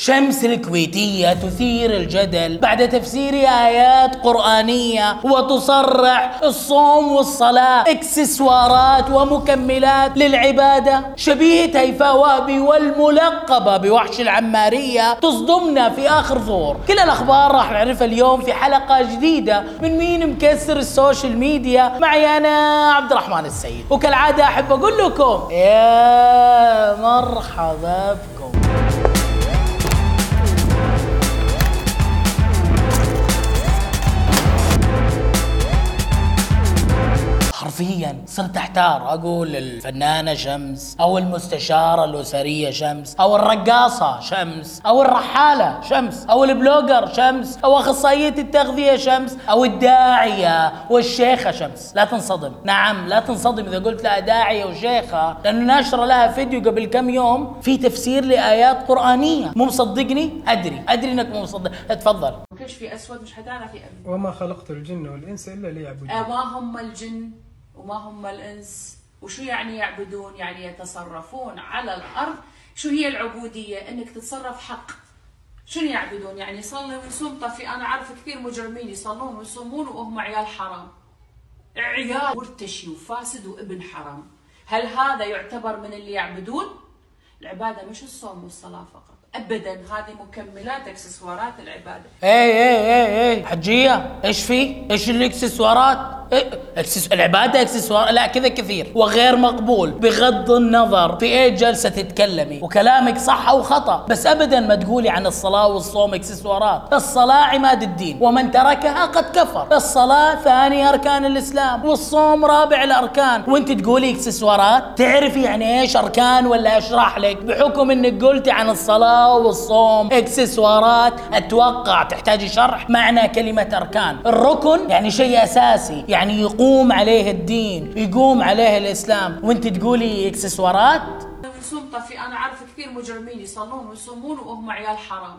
شمس الكويتية تثير الجدل بعد تفسير آيات قرآنية وتصرح الصوم والصلاة اكسسوارات ومكملات للعبادة. شبيهة هيفاء وهبي والملقبة بوحش العمارية تصدمنا في آخر ظهور. كل الأخبار راح نعرفها اليوم في حلقة جديدة من مين مكسر السوشيال ميديا. معي أنا عبد الرحمن السيد، وكالعادة أحب أقول لكم يا مرحبا بكم. حرفيا صرت احتار اقول الفنانة شمس او المستشارة الاسرية شمس او الرقاصة شمس او الرحالة شمس او البلوجر شمس او اخصائية التغذية شمس او الداعية والشيخة شمس. لا تنصدم، نعم لا تنصدم اذا قلت لها داعية وشيخة، لانه ناشرة لها فيديو قبل كم يوم في تفسير لايات قرآنية. مو مصدقني؟ ادري انك مو مصدق. اتفضل. كلش في اسود مش حتعرف يا ابني. وما خلقت الجن والانس الا ليعبدون. ما هم الجن وما هم الانس. وشو يعني يعبدون؟ يعني يتصرفون على الارض. شو هي العبوديه؟ انك تتصرف حق. شنو يعبدون؟ يعني يصلي ويصوم. طفي انا اعرف كثير مجرمين يصلون ويصومون وهم عيال حرام، عيال مرتشي وفاسد وابن حرام. هل هذا يعتبر من اللي يعبدون؟ العباده مش الصوم والصلاه فقط ابدا، هذه مكملات اكسسوارات العباده. اي حجيه، ايش في؟ ايش الاكسسوارات؟ العباده اكسسوار؟ لا كذا كثير وغير مقبول بغض النظر في اي جلسه تتكلمي، وكلامك صح او خطا، بس ابدا ما تقولي عن الصلاه والصوم اكسسوارات. الصلاه عماد الدين ومن تركها قد كفر. الصلاه ثاني اركان الاسلام والصوم رابع الاركان، وانت تقولي اكسسوارات؟ تعرفي يعني ايش اركان ولا اشرح لك؟ بحكم انك قلتي عن الصلاه والصوم اكسسوارات اتوقع تحتاجي شرح معنى كلمه اركان. الركن يعني شيء اساسي، يعني يقوم عليه الدين، يقوم عليه الاسلام، وانت تقولي اكسسوارات؟ ويصوم. طفي انا اعرف كثير مجرمين يصلون ويصومون وهم عيال حرام.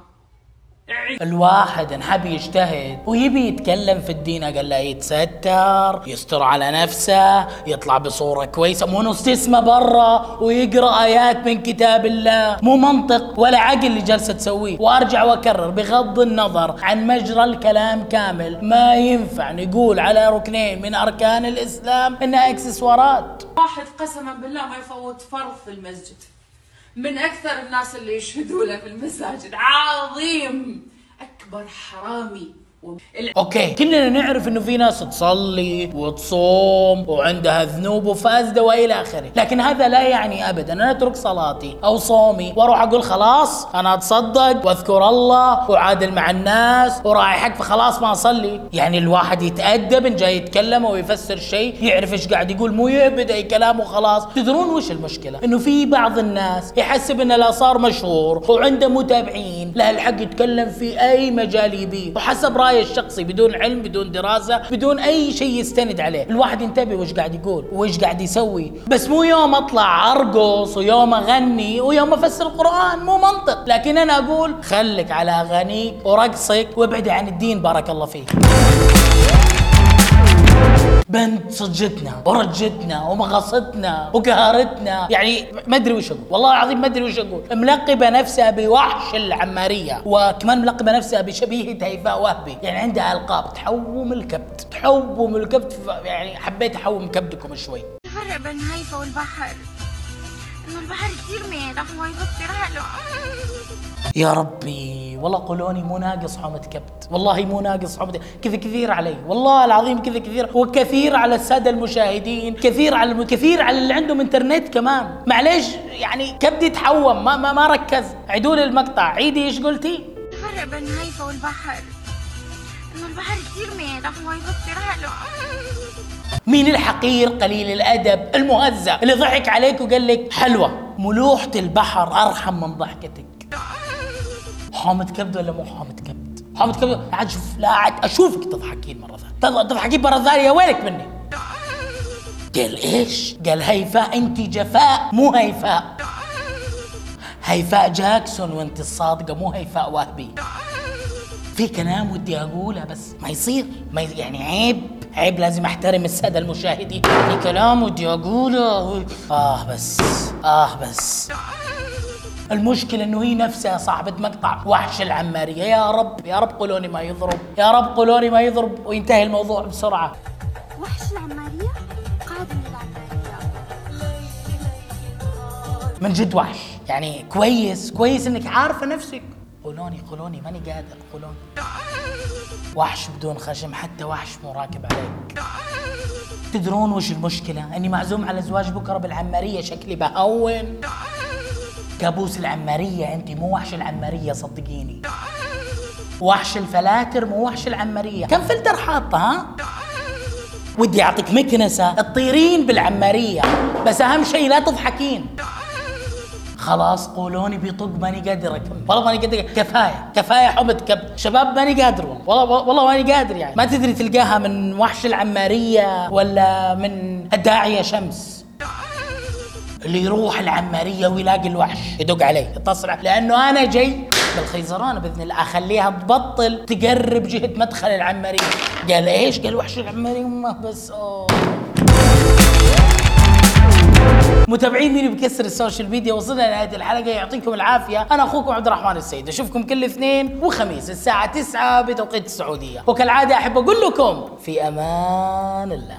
الواحد انحب يجتهد ويبي يتكلم في الدين، قال له يتستر، يستر على نفسه، يطلع بصورة كويسة، مو نص اسمه برا ويقرأ آيات من كتاب الله. مو منطق ولا عقل اللي جالسة تسويه. وارجع واكرر بغض النظر عن مجرى الكلام كامل، ما ينفع نقول على ركنين من اركان الاسلام انها اكسسوارات. واحد قسما بالله ما يفوت فرض في المسجد، من أكثر الناس اللي يشهدوا له في المساجد. عظيم، أكبر حرامي. اوكي، كلنا نعرف انه في ناس تصلي وتصوم وعندها ذنوب وفاسده والى اخره، لكن هذا لا يعني ابدا انا اترك صلاتي او صومي واروح اقول خلاص انا اتصدق واذكر الله واعادل مع الناس وراعي حق فخلاص ما اصلي. يعني الواحد يتادب ان جاي يتكلم ويفسر شيء يعرف ايش قاعد يقول، مو يهبد اي كلام وخلاص. تدرون وش المشكله؟ انه في بعض الناس يحسب انه لا صار مشهور وعنده متابعين له الحق يتكلم في اي مجال يبيه وحسب رايه الشخصي، بدون علم بدون دراسة بدون أي شيء يستند عليه. الواحد ينتبه وش قاعد يقول وش قاعد يسوي، بس مو يوم أطلع أرقص ويوم أغني ويوم أفسر القرآن. مو منطق. لكن أنا أقول خلك على أغانيك ورقصك وابعد عن الدين. بارك الله فيك. بنت صجتنا ورجتنا ومغصتنا وقهرتنا، يعني ما ادري وش اقول، والله العظيم ما ادري وش اقول. ملقبه نفسها بوحش العماريه، وكمان ملقبه نفسها بشبيهه هيفاء وهبي، يعني عندها القاب تحوم الكبد تحوم الكبد. يعني حبيت احوم كبدكم شوي. الفرق بين هيفا والبحر انه البحر كثير مالح وهيفا كثير حلو. يا ربي والله قولوني مو ناقص حومة كبد، والله مو ناقص حومة كذا. كثير علي والله العظيم، كذا كثير، وكثير على السادة المشاهدين، كثير على اللي عندهم انترنت كمان. معليش يعني كبدي تحوم، ما ركز. عيدوا لي المقطع، عيدي ايش قلتي؟ الفرق بين هيفا والبحر انه البحر كثير مالح وهيفا كثير حلو. مين الحقير قليل الادب المهزأ اللي ضحك عليك وقال لك حلوة؟ ملوحة البحر ارحم من ضحكتك. حامة كبد ولا مو حامة كبد؟ حامة كبد. عاد شوف، لا عاد اشوفك تضحكين مرة ثانية، تضحكين مرة ثانية، ويلك مني. قال ايش؟ قال هيفاء انت جفاء مو هيفاء. هيفاء جاكسون وانت الصادقة، مو هيفاء وهبي. في كلام ودي اقوله بس ما يصير، يعني عيب لازم احترم السادة المشاهدين. في كلام ودي اقوله بس المشكلة انه هي نفسها صاحبة مقطع وحش العمارية. يا رب يا رب قولوني ما يضرب، يا رب قولوني ما يضرب وينتهي الموضوع بسرعة. وحش العمارية قادم للعمارية. من جد وحش، يعني كويس انك عارفة نفسك. قولوني ماني قادر، قولوني. وحش بدون خشم، حتى وحش مو راكب عليك. تدرون وش المشكلة؟ اني معزوم على زواج بكرة بالعمارية، شكلي بهون. كابوس العمارية انت، مو وحش العمارية صدقيني. وحش الفلاتر مو وحش العمارية. كم فلتر حاطة ها؟ ودي اعطيك مكنسة تطيرين بالعمارية، بس اهم شيء لا تضحكين. خلاص قولوني بيطق، ماني قادر اكمل والله، ماني قادر. كفايه حمد كبت شباب، ماني قادر والله ماني قادر. يعني ما تدري تلقاها من وحش العمارية ولا من الداعية شمس. اللي يروح العمارية ويلاقي الوحش يدق عليه يتصل، لانه انا جاي بالخيزران باذن الله اخليها تبطل تقرب جهة مدخل العمارية. قال ايش؟ قال وحش العمارية. ما بس متابعين مين بكسر السوشيال ميديا، وصلنا لنهاية الحلقة. يعطيكم العافية. أنا أخوكم عبد الرحمن السيد، أشوفكم كل اثنين وخميس الساعة 9 بتوقيت السعودية، وكالعادة أحب أقول لكم في أمان الله.